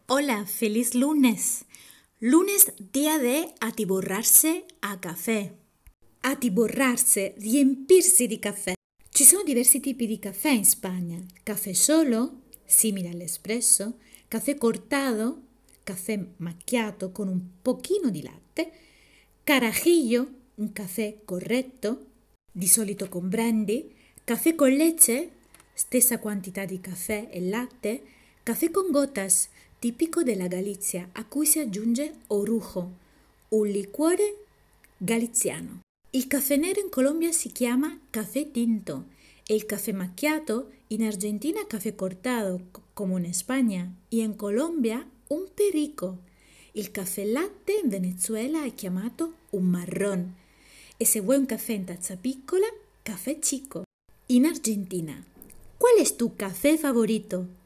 Hola, feliz lunes. Lunes, día de atiborrarse a caffè. Atiborrarse, riempirsi di caffè. Ci sono diversi tipi di caffè in Spagna. Caffè solo, simile all'espresso, caffè cortado, caffè macchiato con un pochino di latte, carajillo, un caffè corretto, di solito con brandy, caffè con leche, stessa quantità di caffè e latte, caffè con gotas, tipico della Galizia, a cui si aggiunge orujo, un liquore galiziano. Il caffè nero in Colombia si chiama caffè tinto e il caffè macchiato in Argentina caffè cortado, come in Spagna, e in Colombia un perico. Il caffè latte in Venezuela è chiamato un marrón e se vuoi un caffè in tazza piccola, caffè chico. In Argentina, ¿cuál es tu café favorito?